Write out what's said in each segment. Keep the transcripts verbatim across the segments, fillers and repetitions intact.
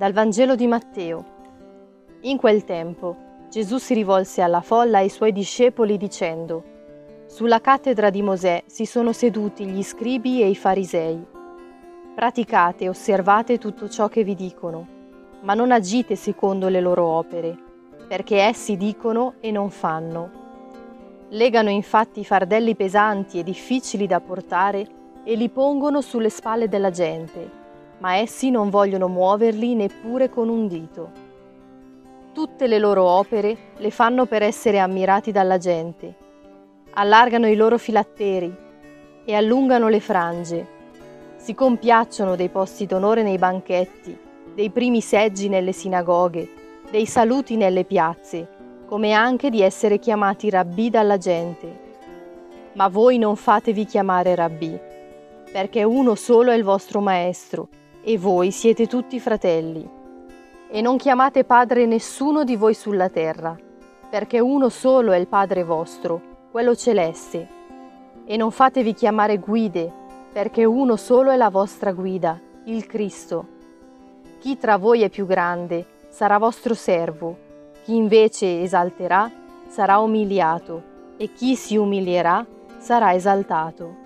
Dal Vangelo di Matteo. In quel tempo Gesù si rivolse alla folla e ai suoi discepoli dicendo: Sulla cattedra di Mosè si sono seduti gli scribi e i farisei. Praticate e osservate tutto ciò che vi dicono, ma non agite secondo le loro opere, perché essi dicono e non fanno. Legano infatti fardelli pesanti e difficili da portare e li pongono sulle spalle della gente, ma essi non vogliono muoverli neppure con un dito. Tutte le loro opere le fanno per essere ammirati dalla gente. Allargano i loro filatteri e allungano le frange. Si compiacciono dei posti d'onore nei banchetti, dei primi seggi nelle sinagoghe, dei saluti nelle piazze, come anche di essere chiamati rabbì dalla gente. Ma voi non fatevi chiamare rabbì, perché uno solo è il vostro maestro, e voi siete tutti fratelli. E non chiamate padre nessuno di voi sulla terra, perché uno solo è il Padre vostro, quello celeste. E non fatevi chiamare guide, perché uno solo è la vostra guida, il Cristo. Chi tra voi è più grande sarà vostro servo, chi invece esalterà sarà umiliato, e chi si umilierà sarà esaltato.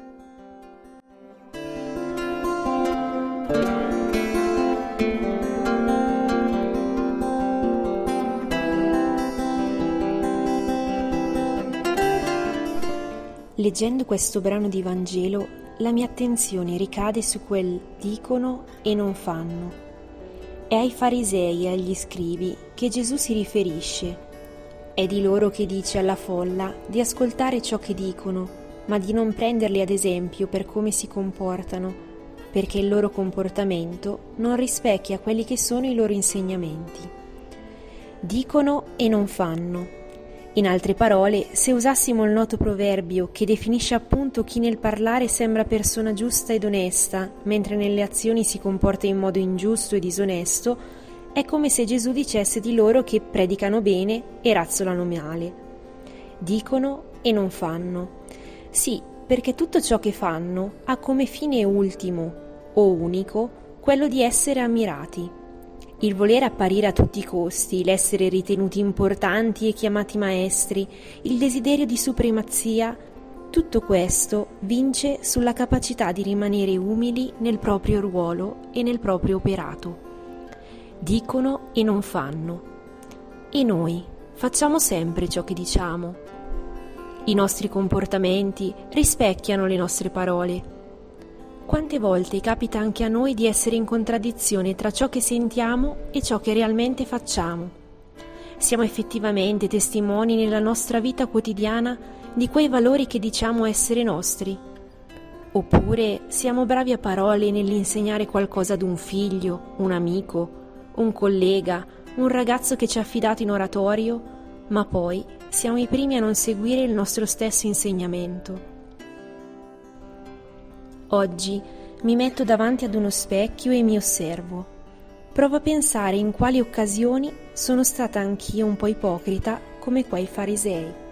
Leggendo questo brano di Vangelo, la mia attenzione ricade su quel dicono e non fanno. È ai farisei e agli scribi che Gesù si riferisce. È di loro che dice alla folla di ascoltare ciò che dicono, ma di non prenderli ad esempio per come si comportano, perché il loro comportamento non rispecchia quelli che sono i loro insegnamenti. Dicono e non fanno. In altre parole, se usassimo il noto proverbio che definisce appunto chi nel parlare sembra persona giusta ed onesta, mentre nelle azioni si comporta in modo ingiusto e disonesto, è come se Gesù dicesse di loro che predicano bene e razzolano male. Dicono e non fanno. Sì, perché tutto ciò che fanno ha come fine ultimo o unico quello di essere ammirati. Il voler apparire a tutti i costi, l'essere ritenuti importanti e chiamati maestri, il desiderio di supremazia, tutto questo vince sulla capacità di rimanere umili nel proprio ruolo e nel proprio operato. Dicono e non fanno. E noi facciamo sempre ciò che diciamo. I nostri comportamenti rispecchiano le nostre parole. Quante volte capita anche a noi di essere in contraddizione tra ciò che sentiamo e ciò che realmente facciamo? Siamo effettivamente testimoni nella nostra vita quotidiana di quei valori che diciamo essere nostri? Oppure siamo bravi a parole nell'insegnare qualcosa ad un figlio, un amico, un collega, un ragazzo che ci ha affidato in oratorio, ma poi siamo i primi a non seguire il nostro stesso insegnamento? Oggi mi metto davanti ad uno specchio e mi osservo. Provo a pensare in quali occasioni sono stata anch'io un po' ipocrita come quei farisei.